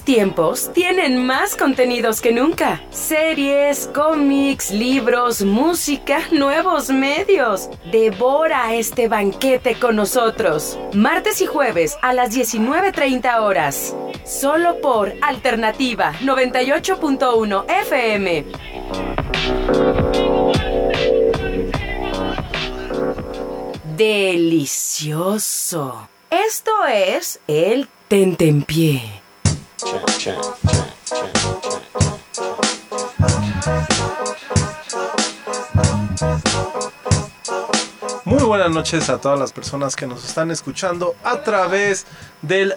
Estos tiempos tienen más contenidos que nunca. Series, cómics, libros, música, nuevos medios. Devora este banquete con nosotros. Martes y jueves a las 19:30 horas. Solo por Alternativa 98.1 FM. Delicioso. Esto es el Tentempié. Muy buenas noches a todas las personas que nos están escuchando a través del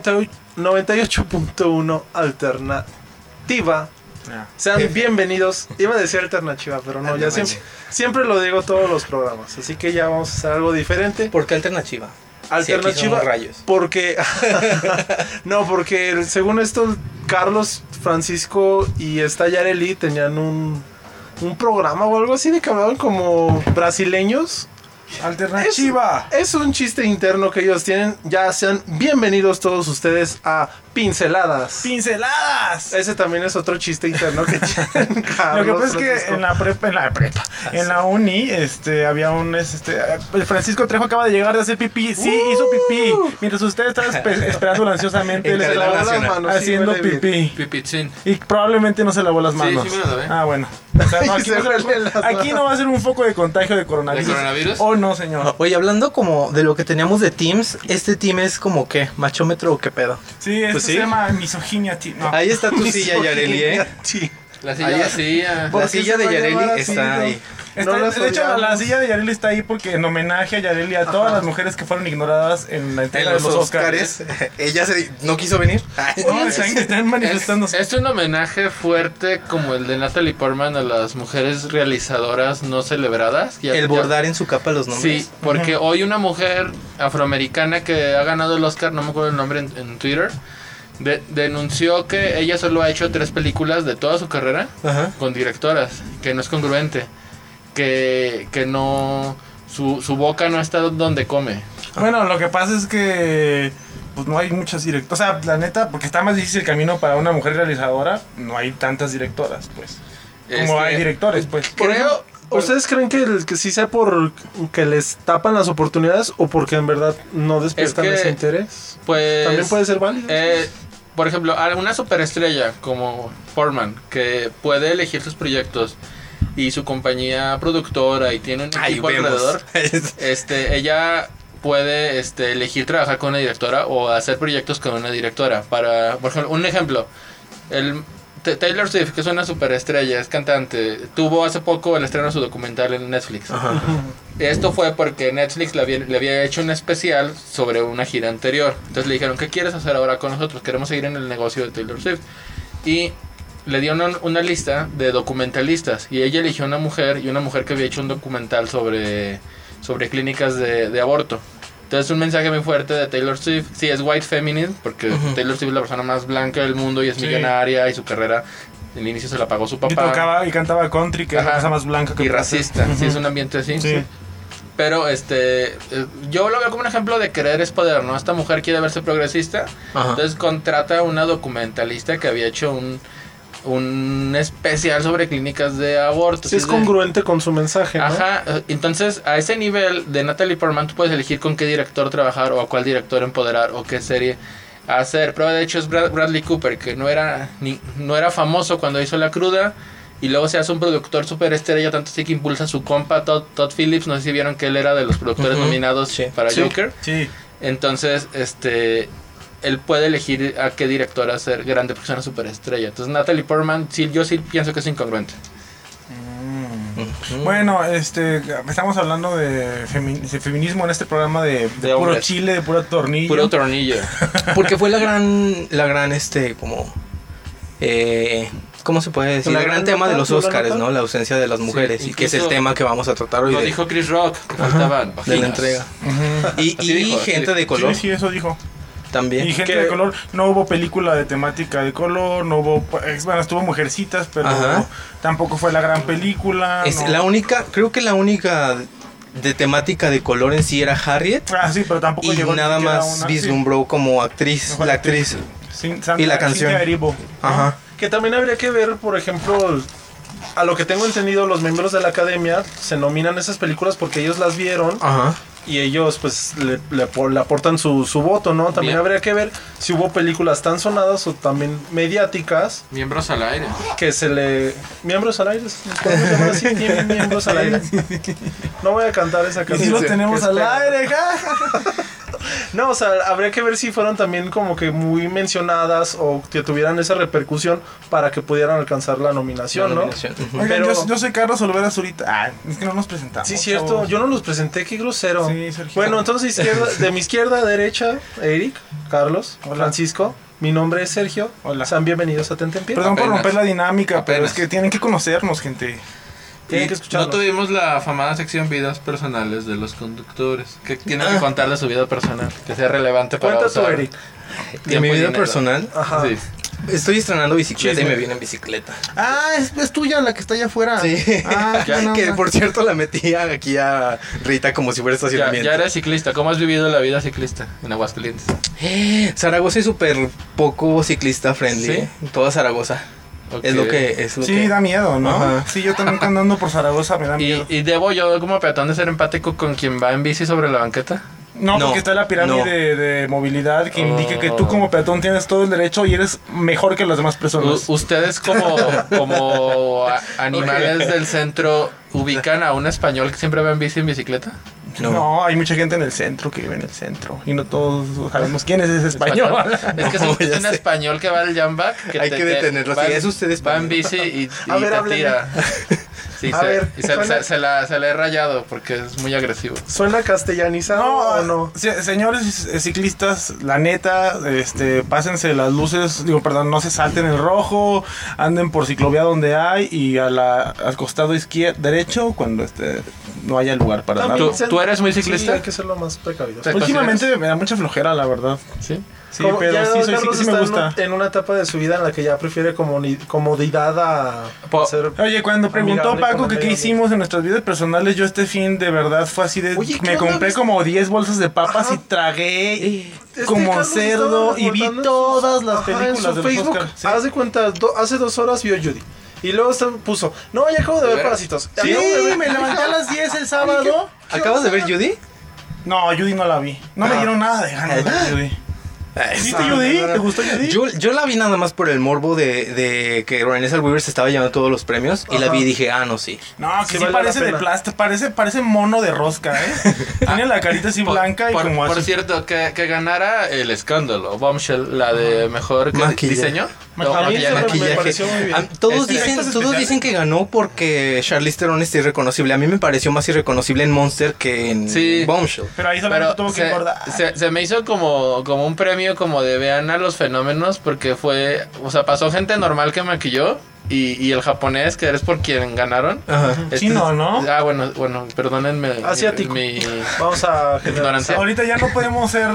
98.1 Alternativa. Sean bienvenidos. Iba a decir Alternativa, pero no, ya siempre lo digo todos los programas. Así que ya vamos a hacer algo diferente. ¿Por qué Alternativa? Alternativa, si rayos. Porque no, porque según esto Carlos, Francisco y esta Yareli tenían un programa o algo así de que hablaban como brasileños. Alternativa. Es un chiste interno que ellos tienen. Ya sean bienvenidos todos ustedes a Pinceladas. ¡Pinceladas! Ese también es otro chiste interno que tienen Carlos. Lo que pasa es Francisco. que en la uni, había un, el Francisco Trejo acaba de llegar de hacer pipí. Sí, hizo pipí. Mientras usted estaba esperando ansiosamente, él se lavó las manos haciendo pipí. Pipitzín. Y probablemente no se lavó las manos. Sí, me lo lavé. Ah, bueno. O sea, no, aquí no va a ser un foco de contagio de coronavirus. ¿De coronavirus? Oh, no, señor. Oye, hablando como de lo que teníamos de Teams, ¿este team es como qué? ¿Machómetro o qué pedo? Sí, esto Pues sí. se llama misoginia. No. Ahí está tu silla, Yareli, ¿eh? Sí. La silla vacía. La silla de Yareli está ahí. No las de hecho, odiamos. la silla de Yareli está ahí porque en homenaje a Yareli, a todas las mujeres que fueron ignoradas en la entrega de los Oscars. Ella no quiso venir. No, están manifestándose. Es un homenaje fuerte como el de Natalie Portman a las mujeres realizadoras no celebradas. El bordar en su capa los nombres. Sí, porque hoy una mujer afroamericana que ha ganado el Oscar, no me acuerdo el nombre en Twitter, denunció que ella solo ha hecho 3 películas de toda su carrera. Ajá. Con directoras, que no es congruente, que no, su boca no está donde come. Bueno, lo que pasa es que pues no hay muchas directoras. O sea, la neta, porque está más difícil el camino para una mujer realizadora, no hay tantas directoras, pues. Como hay directores, pues. Creo... ¿Ustedes creen que sí sea por que les tapan las oportunidades o porque en verdad no despiertan ese interés? Pues... También puede ser válido. Por ejemplo, una superestrella como Portman, que puede elegir sus proyectos y su compañía productora y tiene un equipo alrededor, ella puede elegir trabajar con una directora o hacer proyectos con una directora. Por ejemplo, un ejemplo, Taylor Swift, que es una superestrella, es cantante, tuvo hace poco el estreno de su documental en Netflix. Ajá. Esto fue porque Netflix le había hecho un especial sobre una gira anterior. Entonces le dijeron, ¿qué quieres hacer ahora con nosotros? Queremos seguir en el negocio de Taylor Swift. Y le dieron una lista de documentalistas. Y ella eligió una mujer que había hecho un documental sobre clínicas de aborto. Entonces un mensaje muy fuerte de Taylor Swift. Sí, es white feminine, porque Taylor Swift es la persona más blanca del mundo y es millonaria, y su carrera en el inicio se la pagó su papá. Y tocaba y cantaba country, que es la cosa más blanca que y racista. Sí, es un ambiente así. Sí. Pero yo lo veo como un ejemplo de querer es poder, ¿no? Esta mujer quiere verse progresista. Ajá. Entonces contrata a una documentalista que había hecho un especial sobre clínicas de aborto. Sí, es congruente con su mensaje, ¿no? Ajá, entonces a ese nivel de Natalie Portman tú puedes elegir con qué director trabajar o a cuál director empoderar o qué serie hacer. Prueba de hecho es Bradley Cooper, que no era famoso cuando hizo La Cruda y luego se hace un productor súper estrella, tanto así que impulsa a su compa Todd Phillips. No sé si vieron que él era de los productores nominados para Joker. Sí. Entonces, él puede elegir a qué director hacer grande porque es una superestrella. Entonces Natalie Portman, sí, yo sí pienso que es incongruente. Bueno, estamos hablando de feminismo en este programa de puro hombres. chile, de puro tornillo. Puro tornillo. Porque fue la gran como ¿cómo se puede decir? El gran tema de los Oscars, ¿no? La ausencia de las mujeres, sí, y que es el tema que vamos a tratar hoy. Lo dijo Chris Rock, que faltaban de la entrega. Y dijo, gente de color. Sí, eso dijo. También. Y gente de color, no hubo película de temática de color, no hubo, bueno, estuvo Mujercitas, pero tampoco fue la gran película. Es la única, creo que la única de temática de color en sí era Harriet. Ah, sí, pero tampoco y llegó nada más vislumbró como actriz, la actriz. Y la canción. Ajá. Que también habría que ver, por ejemplo, a lo que tengo entendido, los miembros de la academia se nominan esas películas porque ellos las vieron. Ajá. Y ellos pues le aportan su voto, ¿no? También Bien. habría que ver si hubo películas tan sonadas o también mediáticas. Miembros al aire. Que se le... ¿Miembros al aire? ¿Podemos llamar así? Miembros al aire. No voy a cantar esa canción. Y si los tenemos al aire, No, o sea, habría que ver si fueron también como que muy mencionadas o que tuvieran esa repercusión para que pudieran alcanzar la nominación, ¿no? Oigan, Pero... yo soy Carlos Olvera Zurita. Ah, es que no nos presentamos. Sí, cierto. chavos. Yo no los presenté, qué grosero. Sí, Sergio. Bueno, entonces de mi izquierda a derecha, Eric, Carlos, Hola. Francisco. Mi nombre es Sergio. Hola. Sean bienvenidos a Tente en Pie. Perdón por Apenas. romper la dinámica, pero Apenas. es que tienen que conocernos, gente. Tienen Y que escucharnos. no tuvimos la afamada sección vidas personales de los conductores. Que tienen que contar de su vida personal. Que sea relevante para Cuenta tú, usar Eric. De tiempo mi y vida dinero. personal, Ajá. Sí. estoy estrenando bicicleta Chisme. y me vine en bicicleta. Ah, es tuya la que está allá afuera. Sí. Ah, qué buena Que onda. por cierto la metí aquí a Rita como si fuera Ya, estacionamiento. ya eres ciclista. ¿Cómo has vivido la vida ciclista en Aguascalientes? Zaragoza es súper poco ciclista friendly. ¿Sí? Toda Zaragoza. Ok. Es lo que Sí, da miedo, ¿no? Ajá. Sí, yo también andando por Zaragoza me da miedo. ¿Y debo yo como peatón de ser empático con quien va en bici sobre la banqueta? No, No, porque está la pirámide de movilidad que indica que tú como peatón tienes todo el derecho y eres mejor que las demás personas. ¿Ustedes como animales del centro ubican a un español que siempre va en bici en bicicleta? No. Hay mucha gente en el centro que vive en el centro y no todos sabemos quién es ese español. Es que No, es ya un sé. español que va al jumback. Hay que detenerlo. va Sí, en- es usted Va español. en bici y A ver, te hábleme. tira. Sí, A ver, suena- se la he rayado porque es muy agresivo. ¿Suena castellanizado o no? Señores ciclistas, la neta, pásense las luces, no se salten el rojo, anden por ciclovía donde hay y al costado derecho cuando no haya lugar para También nada. ¿Tú eres muy Sí, ciclista? hay que ser lo más precavido. Sí. Últimamente me da mucha flojera, la verdad. Sí. Sí, Como pero ya sí, Carlos sí me está gusta. en una etapa de su vida en la que ya prefiere comodidad a ser... Oye, cuando preguntó amigable Paco con que el qué medio hicimos en nuestras vidas personales, yo este fin de verdad fue así de... Oye, ¿qué me onda, compré viste? como 10 bolsas de papas Ajá. y tragué Este como Carlos cerdo estaba y vi reportando en todas su- las ajá, en películas su de los Facebook. Oscar. Sí. Haz de cuenta, hace 2 horas vio Judy. Y luego puso, no, ya acabo de ver Parásitos. Sí, Acabo de ver- me levanté a las 10 el sábado. ¿Acabas de ver Judy? No, Judy no la vi. No me dieron nada de ganas de ver Judy. ¿Viste Judy? ¿Te gustó Judy? Yo la vi nada más por el morbo de que Renée Zellweger se estaba llevando todos los premios. Y la vi y dije, no, sí. No, que Sí sí vale parece la de pena. plástico, parece mono de rosca, ¿eh? Tiene la carita así blanca y como por así. cierto, que ganara el escándalo, Bombshell, la de mejor Maquillaje. diseño. No, A mí maquillaje. eso me pareció muy bien. Todos Este, dicen, efectos todos especiales. dicen que ganó porque Charlize Theron es irreconocible. A mí me pareció más irreconocible en Monster que en Sí. Bombshell. Pero ahí solamente Pero tuvo que engordar. se me hizo como un premio como de vean a los fenómenos porque fue, o sea, pasó gente normal que maquilló y el japonés que eres por quien ganaron. Ajá. Chino, ¿no? Ah, bueno, perdónenme. Asiático. Mi Vamos a ignorancia. generalizar. Ahorita ya no podemos ser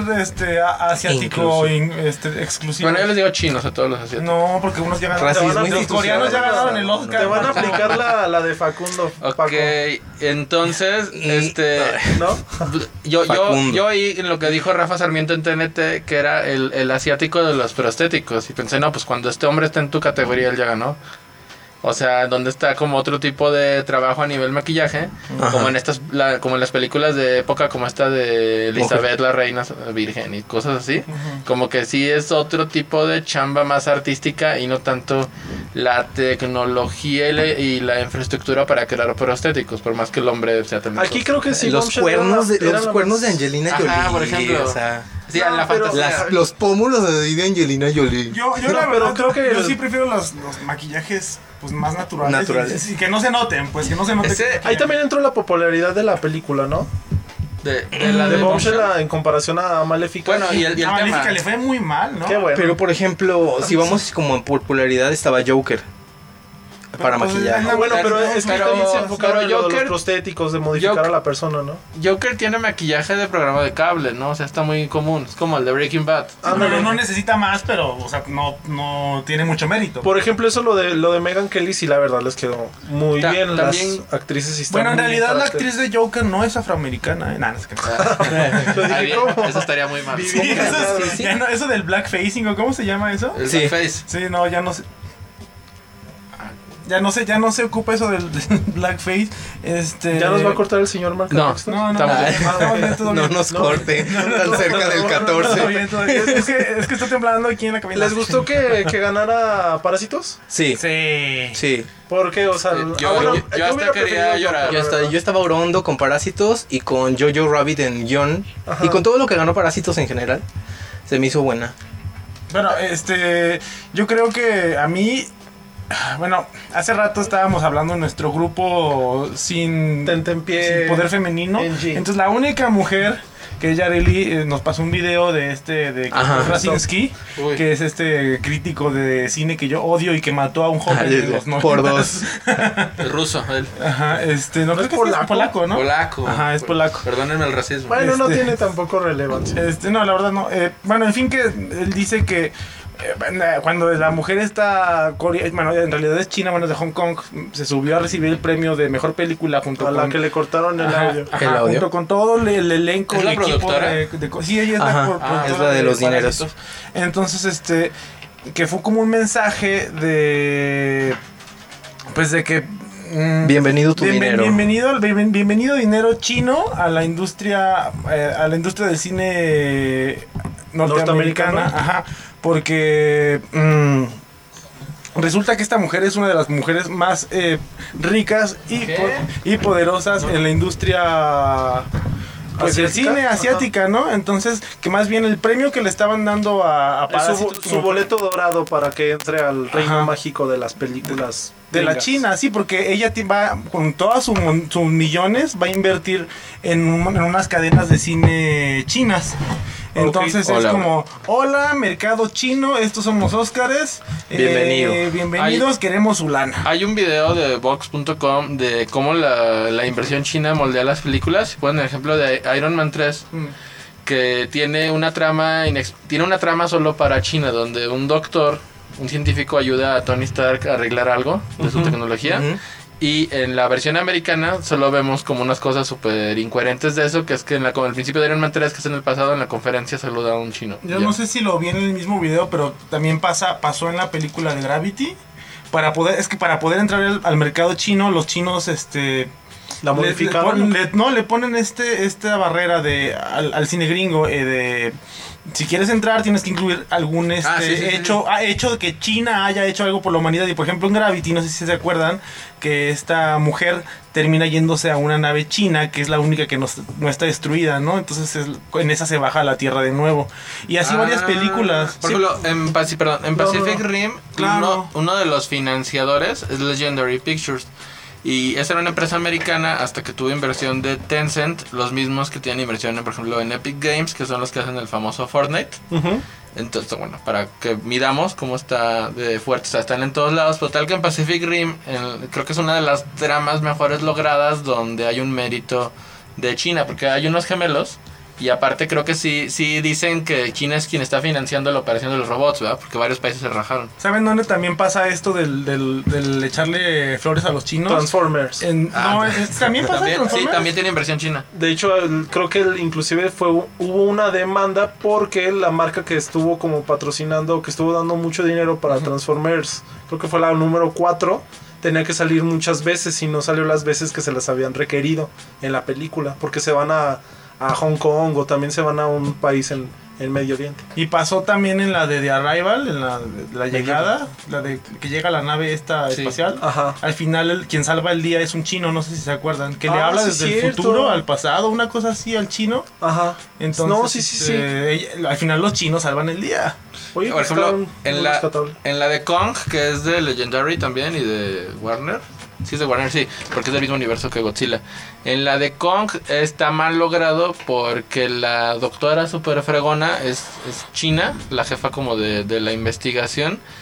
asiático exclusivo. Bueno, yo les digo chinos a todos los asiáticos. No, porque unos ya ganaron. Racismo Los coreanos ya ganaron el Oscar. Te van a aplicar la de Facundo, Ok, Paco. entonces, ¿No? yo Facundo. oí en lo que dijo Rafa Sarmiento en TNT que era el asiático de los prostéticos y pensé, no, pues cuando este hombre está en tu categoría él ya ganó. O sea, donde está como otro tipo de trabajo a nivel maquillaje, Ajá. como en como en las películas de época como esta de Elizabeth la Reina Virgen y cosas así, como que sí es otro tipo de chamba más artística y no tanto la tecnología y la infraestructura para crear prostéticos, por más que el hombre sea también. Aquí creo que sí. los Bombshell cuernos, era los la cuernos de más- Angelina Ajá, Jolie. por ejemplo. O sea, Sí, No, la pero- fantasía. los pómulos de Angelina Jolie. Yo No, la pero verdad creo que yo el- sí prefiero los maquillajes pues más naturales. Naturales. Y que no se noten, pues que no se noten. Ese- Ahí también entró la popularidad de la película, ¿no? de la De de Bombshell Bombshell. en comparación a Maléfica. Bueno, y el A tema. Maléfica le fue muy mal, ¿no? Qué bueno. Pero por ejemplo, si vamos como en popularidad estaba Joker. para maquillaje. Bueno, pero es que también se enfocaron en los Joker, prostéticos, de modificar a la persona, ¿no? Joker tiene maquillaje de programa de cable, ¿no? O sea, está muy común. Es como el de Breaking Bad. No necesita más, pero, o sea, no tiene mucho mérito. Por ejemplo, eso lo de Meghan Kelly, sí, la verdad les quedó muy bien. También, las actrices están bueno, en muy realidad la carácter. actriz de Joker no es afroamericana. No es que Eso estaría muy mal. Viví- ya no, eso del blackfacing, ¿o cómo se llama eso? El Sí. blackface. Sí, no, ya no sé. Ya no se ocupa eso del blackface. Ya nos va a cortar el señor Mark. No. No, No nos corte tan cerca del 14. Es que estoy temblando aquí en la cabina. ¿Les gustó que ganara Parásitos? Sí, Sí. sí. Porque, o sea, Yo hasta hubiera quería preferido llorar. Yo estaba orondo con Parásitos y con Jojo Rabbit en guión. Ajá. Y con todo lo que ganó Parásitos en general. Se me hizo buena. Bueno, yo creo que a mí, bueno, hace rato estábamos hablando en nuestro grupo sin Tentempié poder femenino. NG. Entonces la única mujer que es Yareli nos pasó un video de Ajá. Krasinski, Uy. que es crítico de cine que yo odio y que mató a un joven de los 90. Por dos. El ruso, él. Ajá, no creo que es polaco, ¿no? Polaco. Ajá, es polaco. Perdónenme el racismo. Bueno, no tiene tampoco relevancia. No, la verdad no. Bueno, en fin, que él dice que cuando la mujer está bueno, en realidad es china, bueno, es de Hong Kong, se subió a recibir el premio de mejor película junto A con la que le cortaron el audio. ¿El audio? junto con todo el elenco, ¿Es la el equipo productora? sí, ella es Ajá. productora Es la de los dineros. Parásitos. Entonces, que fue como un mensaje de pues de que Bienvenido tu dinero. Bienvenido dinero chino a la industria del cine norteamericana. Ajá, porque resulta que esta mujer es una de las mujeres más ricas y poderosas en la industria pues del cine asiática, ¿no? Entonces, que más bien el premio que le estaban dando a Es Parásitos su boleto dorado para que entre al reino Ajá. mágico de las películas de la gringas. China, sí, porque ella va con todos sus millones, va a invertir en unas cadenas de cine chinas. Entonces Ok. es Hola. como, hola, mercado chino, estos somos Óscares. Bienvenido. Bienvenidos, queremos su lana. Hay un video de Vox.com de cómo la inversión china moldea las películas. Ponen el ejemplo de Iron Man 3, que tiene una trama solo para China, donde un doctor, un científico, ayuda a Tony Stark a arreglar algo de su tecnología. Ujú. Y en la versión americana solo vemos como unas cosas súper incoherentes de eso, que es que como el principio de Iron Man 3, que es en el pasado, en la conferencia saluda a un chino. Yo Ya. no sé si lo vi en el mismo video, pero también pasó en la película de Gravity. Para poder entrar al mercado chino, los chinos La modificaron. le ponen esta barrera al cine gringo de si quieres entrar tienes que incluir algún hecho de que China haya hecho algo por la humanidad. Y por ejemplo en Gravity, no sé si se acuerdan que esta mujer termina yéndose a una nave china que es la única que no está destruida, ¿no? Entonces en esa se baja a la Tierra de nuevo. Y así varias películas. Por Sí. ejemplo, en Pacific Rim, Claro. uno de los financiadores es Legendary Pictures. Y esa era una empresa americana hasta que tuvo inversión de Tencent, los mismos que tienen inversión, por ejemplo, en Epic Games, que son los que hacen el famoso Fortnite. Ujú. Entonces, bueno, para que midamos cómo está de fuerte, o sea, están en todos lados. Pero tal que en Pacific Rim, creo que es una de las tramas mejores logradas donde hay un mérito de China, porque hay unos gemelos. Y aparte creo que sí dicen que China es quien está financiando la operación de los robots, ¿verdad? Porque varios países se rajaron. ¿Saben dónde también pasa esto del echarle flores a los chinos? Transformers. También pasa en Sí, Transformers. también tiene inversión china. De hecho, creo que inclusive hubo una demanda porque la marca que estuvo como patrocinando, que estuvo dando mucho dinero para Transformers, creo que fue la número 4, tenía que salir muchas veces y no salió las veces que se las habían requerido en la película, porque se van a Hong Kong o también se van a un país en Medio Oriente. Y pasó también en la de The Arrival, en la llegada, la de que llega la nave espacial. Ajá. Al final quien salva el día es un chino, no sé si se acuerdan, que le habla sí, desde el cierto. futuro al pasado, una cosa así al chino. Ajá. Entonces, No, sí. al final los chinos salvan el día. Oye, Por pues ejemplo, está muy rescatable. en la de Kong, que es de Legendary también y de Warner. Sí, es de Warner, sí, porque es del mismo universo que Godzilla. En la de Kong está mal logrado porque la doctora super fregona es china, la jefa como de la investigación.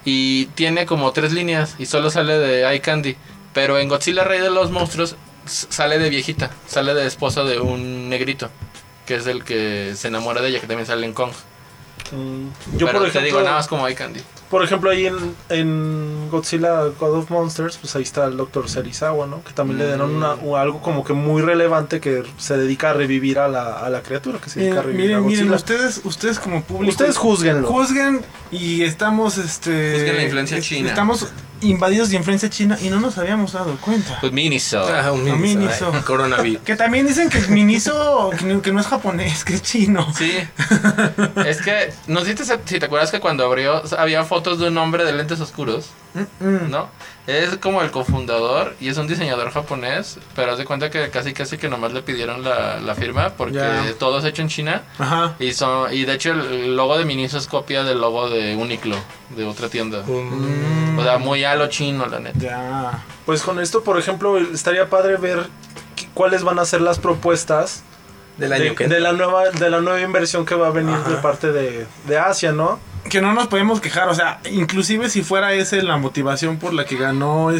y tiene como 3 líneas y solo sale de Eye Candy. Pero en Godzilla Rey de los Monstruos sale de viejita, sale de esposa de un negrito, que es el que se enamora de ella, que también sale en Kong. Yo pero por ejemplo, te digo nada más como Eye Candy. Por ejemplo, ahí en Godzilla God of Monsters, pues ahí está el Dr. Serizawa, ¿no? Que también le dieron algo como que muy relevante, que se dedica a revivir a la criatura, que se dedica a revivir a Godzilla. Miren, ustedes como público... Ustedes juzguenlo. Juzguen y estamos, Juzguen la influencia china. Estamos invadidos de influencia china y no nos habíamos dado cuenta. Pues Miniso. Un Miniso. Coronavirus. Que también dicen que Miniso, que no es japonés, que es chino. Sí. Es que, no sé si te acuerdas que cuando abrió había fotos de un hombre de lentes oscuros, ¿no? Es como el cofundador y es un diseñador japonés, pero haz de cuenta que casi que nomás le pidieron la firma porque todo es hecho en China. Ajá. Y de hecho el logo de Miniso es copia del logo de Uniqlo, de otra tienda. O sea, muy a lo chino, la neta. Ya. Pues con esto, por ejemplo, estaría padre ver cuáles van a ser las propuestas del año de la nueva inversión que va a venir de parte de Asia, ¿no? Que no nos podemos quejar, o sea, inclusive si fuera esa la motivación por la que ganó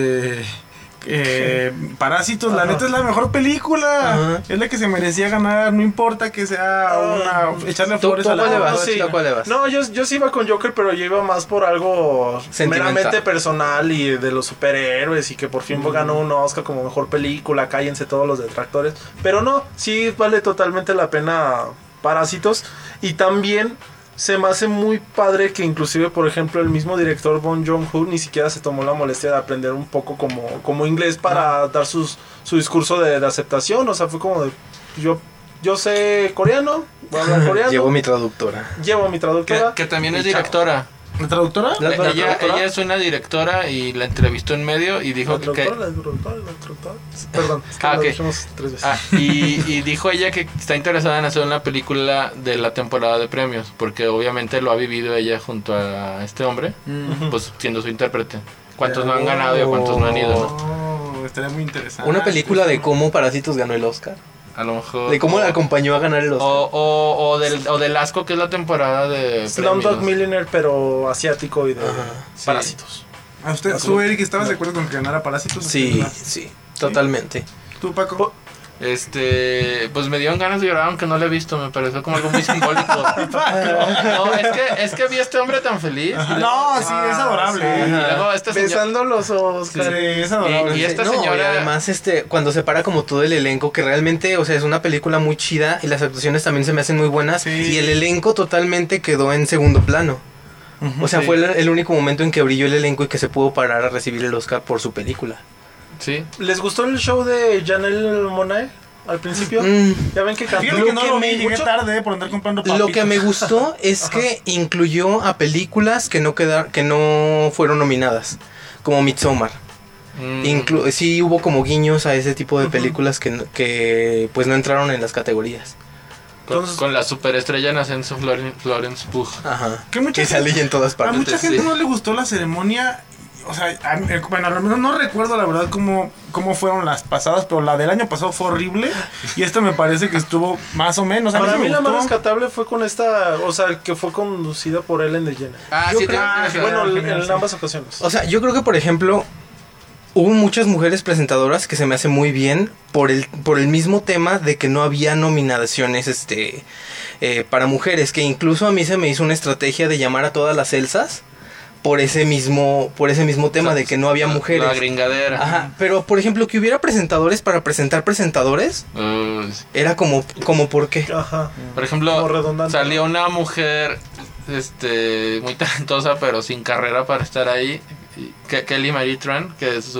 Parásitos, la neta es la mejor película. Es la que se merecía ganar, no importa que sea echarle flores a la vas? No, yo sí iba con Joker, pero yo iba más por algo meramente personal y de los superhéroes y que por fin ganó un Oscar como mejor película, cállense todos los detractores. Pero no, sí vale totalmente la pena Parásitos. Y también se me hace muy padre que inclusive, por ejemplo, el mismo director Bong Joon-ho ni siquiera se tomó la molestia de aprender un poco como inglés para dar su discurso de aceptación. O sea, fue como de, yo sé coreano, voy a hablar coreano. Llevo mi traductora. Que también es directora. ¿La traductora? Ella es una directora y la entrevistó en medio y dijo la traductora. Perdón, es que lo dijimos 3 veces. Y dijo ella que está interesada en hacer una película de la temporada de premios, porque obviamente lo ha vivido ella junto a este hombre, pues siendo su intérprete. ¿Cuántos no han ganado y a cuántos no han ido, no? Estaría muy interesante. Una película de cómo Parásitos ganó el Oscar. A lo mejor. De cómo la acompañó a ganar el Oscar. O del asco, que es la temporada de Slumdog Millionaire, pero asiático y de Parásitos. ¿A usted, tú, Eric, estabas de acuerdo con que ganara Parásitos? Sí, totalmente. ¿Tú, Paco? Pues me dieron ganas de llorar, aunque no lo he visto, me pareció como algo muy simbólico. No, es que vi a este hombre tan feliz. No, sí, es adorable. Y luego besando los ojos. Sí, es adorable. Y esta señora... y además, cuando se para como todo el elenco, que realmente, o sea, es una película muy chida y las actuaciones también se me hacen muy buenas. Y el elenco totalmente quedó en segundo plano. O sea, fue el único momento en que brilló el elenco y que se pudo parar a recibir el Oscar por su película. Sí. ¿Les gustó el show de Janelle Monáe al principio? Ya ven que cantó. Fíjate que no lo vi, llegué tarde por andar comprando papitas. Lo que me gustó es que incluyó a películas que no fueron nominadas, como Midsommar. Sí hubo como guiños a ese tipo de películas que pues no entraron en las categorías. Con la superestrella en ascenso Florence Pugh. Ajá. Que sale en todas partes. A mucha gente no le gustó la ceremonia. O sea, bueno, no recuerdo la verdad cómo fueron las pasadas, pero la del año pasado fue horrible. Y esta me parece que estuvo más o menos. Para mí la más rescatable fue con esta, o sea, que fue conducida por Ellen DeGeneres. Bueno, en ambas ocasiones. O sea, yo creo que, por ejemplo, hubo muchas mujeres presentadoras que se me hace muy bien por el mismo tema de que no había nominaciones para mujeres, que incluso a mí se me hizo una estrategia de llamar a todas las Elsas por ese mismo tema de que no había mujeres. La gringadera. Ajá, pero por ejemplo que hubiera presentadores para presentar presentadores, era como ¿por qué? Ajá. Por ejemplo, salió una mujer muy talentosa pero sin carrera para estar ahí, Kelly Marie Tran, que es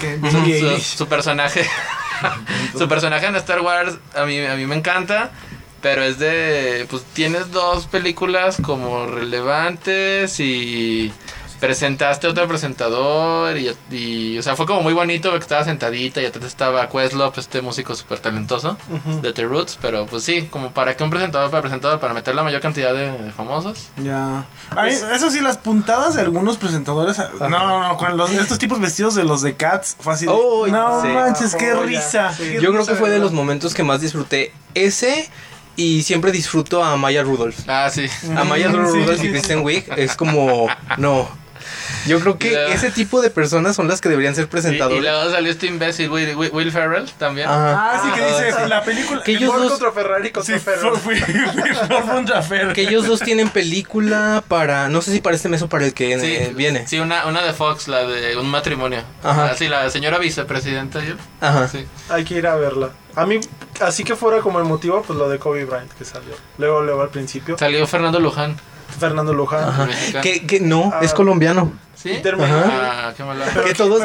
su personaje. Su personaje en Star Wars a mí me encanta. Pero es pues tienes 2 películas como relevantes y presentaste a otro presentador y o sea, fue como muy bonito porque estaba sentadita y atrás estaba Questlove, músico súper talentoso de The Roots, pero pues sí, como para que un presentador para meter la mayor cantidad de famosos. Ya. Eso sí, las puntadas de algunos presentadores, no, con estos tipos vestidos de los de Cats, fácil. Manches, qué risa. Yo creo que fue de los momentos que más disfruté ese. Y siempre disfruto a Maya Rudolph. Ah, sí. A Maya Rudolph y Kristen Wiig es como... No, Yo creo que ese tipo de personas son las que deberían ser presentadores. Y luego salió este imbécil, Will Ferrell, también. Sí, que dice, la película... Que ellos Ford contra Ferrari contra Ferrari. Ford contra Ferrari. Que ellos dos tienen película para... No sé si para este mes o para el que viene. Sí, una de Fox, la de un matrimonio. Ajá. Sí, la señora vicepresidenta. Ajá. Sí. Hay que ir a verla. A mí, así que fuera como el motivo, pues lo de Kobe Bryant que salió. Luego al principio. Salió Fernando Luján. Ajá. Que no, es colombiano. ¿Sí? Qué mala. Que todos,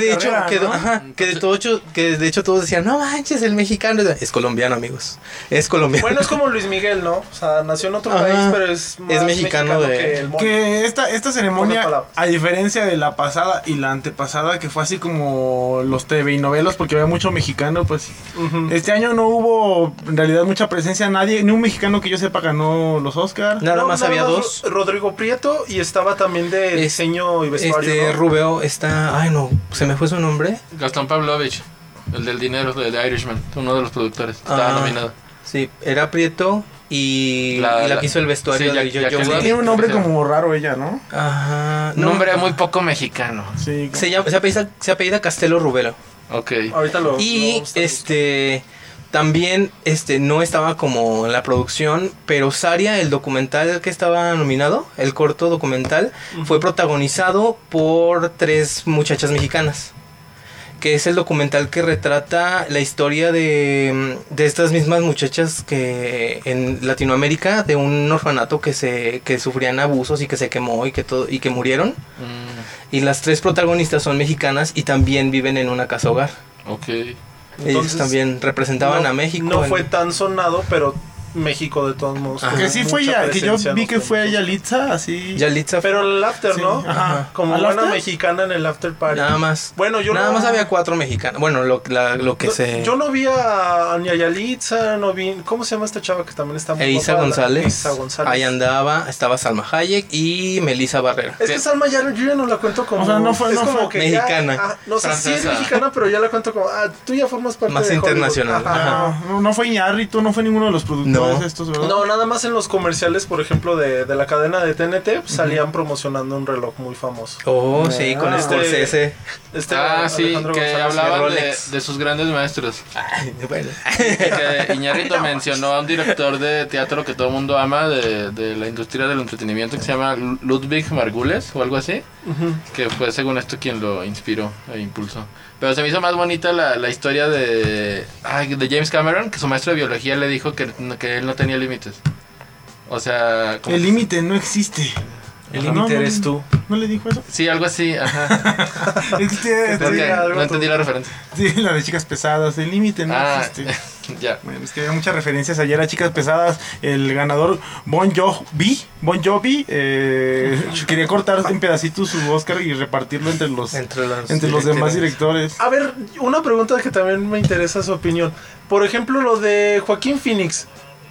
que de hecho todos decían, no manches, el mexicano es colombiano, amigos. Es colombiano. Bueno, es como Luis Miguel, ¿no? O sea, nació en otro país, pero es más mexicano que esta ceremonia, a diferencia de la pasada y la antepasada, que fue así como los TV y novelas, porque había mucho mexicano, pues este año no hubo en realidad mucha presencia, nadie, ni un mexicano que yo sepa ganó los Oscars. Nada más había dos. Rodrigo Prieto y estaba también de diseño y vestuario, ¿no? Rubeo está... Ay, no, se me fue su nombre. Gastón Pavlovich, el del dinero, de Irishman, uno de los productores. Estaba nominado. Sí, era Prieto y la que hizo el vestuario de tiene un nombre como raro ella, ¿no? Ajá. Un nombre muy poco mexicano. Sí. Se apellida Castelo Rubelo. Ok. Ahorita lo... Y también no estaba como en la producción, pero Saria, el documental que estaba nominado, el corto documental, fue protagonizado por 3 muchachas mexicanas. Que es el documental que retrata la historia de estas mismas muchachas que en Latinoamérica, de un orfanato que sufrían abusos y que se quemó y que murieron. Y las 3 protagonistas son mexicanas y también viven en una casa hogar. Ok. Ellos también representaban a México. No fue tan sonado, pero México de todos modos. Que sí fue ella, que yo vi que fue Yalitza, así. Yalitza. Pero el after, sí, ¿no? Ajá. Como buena mexicana en el after party. Nada más. Bueno, Nada más había 4 mexicanas. Bueno, lo que se... Yo no vi ni a Yalitza, no vi... ¿Cómo se llama esta chava que también está muy Isa González. Isa González. Ahí estaba Salma Hayek y Melissa Barrera. Es que Salma yo ya no la cuento como... O sea, no fue que mexicana. No sé, sí es mexicana, pero ya la cuento como... tú ya formas parte más de internacional. No fue Iñárritu, no fue ninguno de los productores estos, ¿verdad? No, nada más en los comerciales, por ejemplo, de la cadena de TNT, salían promocionando un reloj muy famoso. Oh, sí, con Scorsese. Sí, que hablaban de sus grandes maestros. Bueno. Que Iñárritu mencionó a un director de teatro que todo el mundo ama de la industria del entretenimiento, que se llama Ludwig Margules o algo así, que fue según esto quien lo inspiró e impulsó. Pero se me hizo más bonita la historia de James Cameron, que su maestro de biología le dijo que él no tenía límites. O sea... El límite no existe. El límite eres tú. ¿No le dijo eso? Sí, algo así, ajá. No entendí la referencia. Sí, la de Chicas Pesadas. El límite no existe. Ya. Bueno, es que había muchas referencias ayer a Chicas Pesadas. El ganador Bon Jovi quería cortar en pedacitos su Oscar y repartirlo entre los demás directores. A ver, una pregunta que también me interesa su opinión. Por ejemplo, lo de Joaquín Phoenix.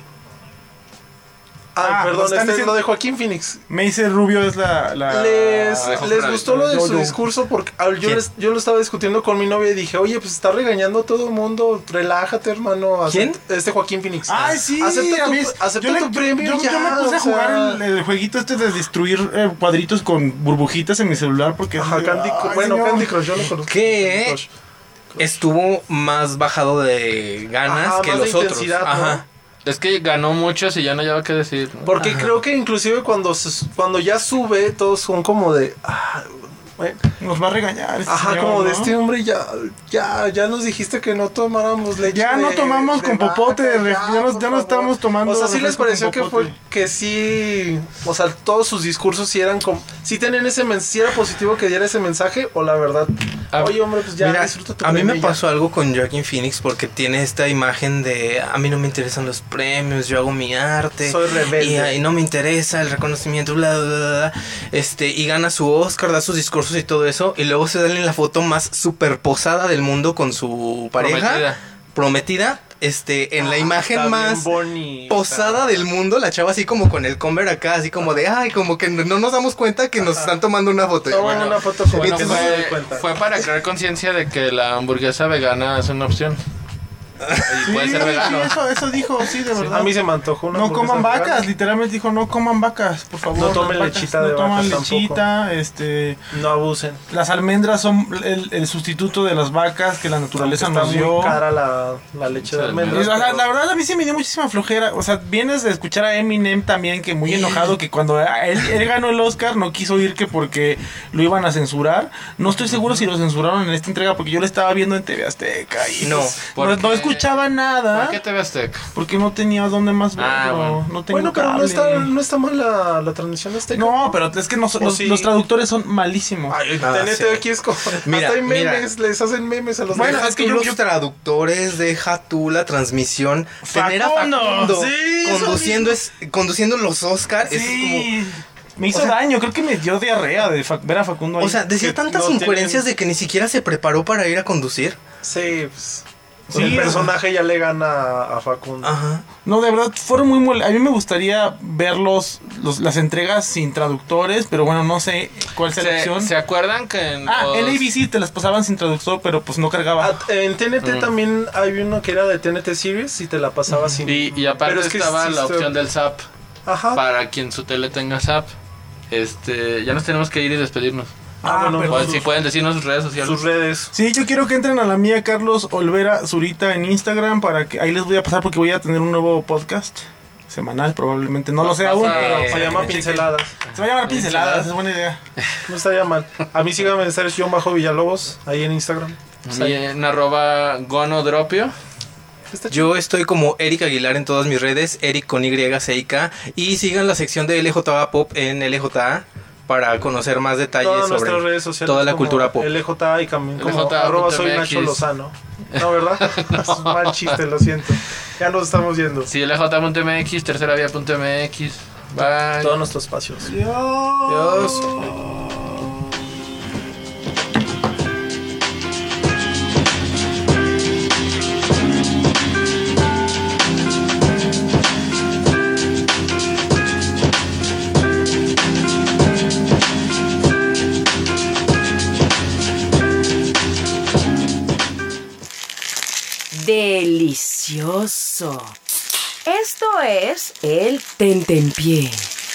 Perdón, lo de Joaquín Phoenix. Mace Rubio es les gustó lo de su discurso porque yo lo estaba discutiendo con mi novia y dije, oye, pues está regañando a todo el mundo, relájate, hermano. ¿Quién? Joaquín Phoenix. Ay, sí, acepta tu premio. Yo me puse a jugar el jueguito de destruir cuadritos con burbujitas en mi celular porque... Candy Crush, yo lo conozco. ¿Qué? Estuvo más bajado de ganas que los otros. ¿no? Es que ganó muchos y ya no lleva qué decir, ¿no? Porque creo que inclusive cuando ya sube, todos son como de... bueno, nos va a regañar. Señor, como de este hombre ya nos dijiste que no tomáramos leche. Ya no tomamos con popote, ya no estamos tomando. O sea, sí les pareció que sí, o sea, todos sus discursos sí eran como, sí tenían ese mensaje, sí era positivo que diera ese mensaje, o la verdad, oye hombre, pues ya disfruta tu premio. A mí me pasó algo con Joaquin Phoenix porque tiene esta imagen de a mí no me interesan los premios, yo hago mi arte. Soy rebelde. Y no me interesa el reconocimiento, bla, bla, bla, bla. Y gana su Oscar, da sus discursos y todo eso, y luego se da en la foto más super posada del mundo con su pareja prometida, en la imagen más posada del mundo, la chava así como con el Converse acá, así como de como que no nos damos cuenta que nos están tomando una foto. Una foto fue para crear conciencia de que la hamburguesa vegana es una opción. Y puede ser vegano. Sí, eso dijo, sí, de verdad. A mí se me antojó una no coman vacas, vegana. literalmente dijo, no coman vacas, por favor. No tomen lechita de vacas. No toman lechita, no abusen. Las almendras son el sustituto de las vacas que la naturaleza nos dio. Está muy cara la leche de almendras. La verdad a mí sí me dio muchísima flojera. O sea, vienes de escuchar a Eminem también, que muy enojado que cuando él ganó el Oscar no quiso ir que porque lo iban a censurar. No estoy seguro si lo censuraron en esta entrega porque yo lo estaba viendo en TV Azteca y no escuchaba nada. ¿Por qué TV Azteca? Porque no tenía dónde más verlo. No tenía pero no está mal la transmisión de Azteca. No, pero es que los traductores son malísimos. Ay, TNT aquí es como hasta hay memes, les hacen memes a los bueno, es que los traductores, deja tú la transmisión. Tener a Facundo conduciendo los Oscars es como... Me hizo daño, creo que me dio diarrea de ver a Facundo ahí. O sea, decía tantas incoherencias de que ni siquiera se preparó para ir a conducir. Sí, pues... el personaje ya le gana a Facundo. Ajá. No, de verdad, fueron muy... A mí me gustaría ver las entregas sin traductores, pero bueno, no sé cuál sea la opción. ¿Se acuerdan que en ABC te las pasaban sin traductor, pero pues no cargaba? En TNT también hay uno que era de TNT Series y te la pasaba sin... Y aparte estaba la opción del Zap. Ajá. Para quien su tele tenga Zap. Ya nos tenemos que ir y despedirnos. Bueno, si pueden decirnos sus redes sociales. Sus redes. Sí, yo quiero que entren a la mía, Carlos Olvera Zurita, en Instagram, para que ahí les voy a pasar porque voy a tener un nuevo podcast semanal, probablemente. No lo sé aún. Se llama Pinceladas. Se va a llamar Pinceladas, es buena idea. No estaría mal. A mí síganme en @Villalobos, ahí en Instagram. Y en @gonodropio. Yo estoy como Eric Aguilar en todas mis redes, Eric con YCIK, y sigan la sección de LJA Pop en LJA para conocer más detalles sobre redes sociales toda la cultura pop. LJA y también como @soy Nacho Lozano. No, ¿verdad? Es mal chiste, lo siento. Ya nos estamos yendo. Sí, LJ.mx, terceravía.mx. Bye. Todos nuestros espacios. Adiós. Delicioso. Esto es el tentempié.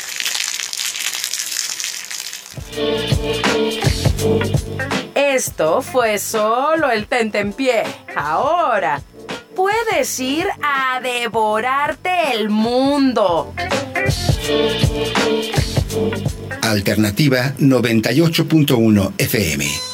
Esto fue solo el tentempié. Ahora puedes ir a devorarte el mundo. Alternativa 98.1 FM.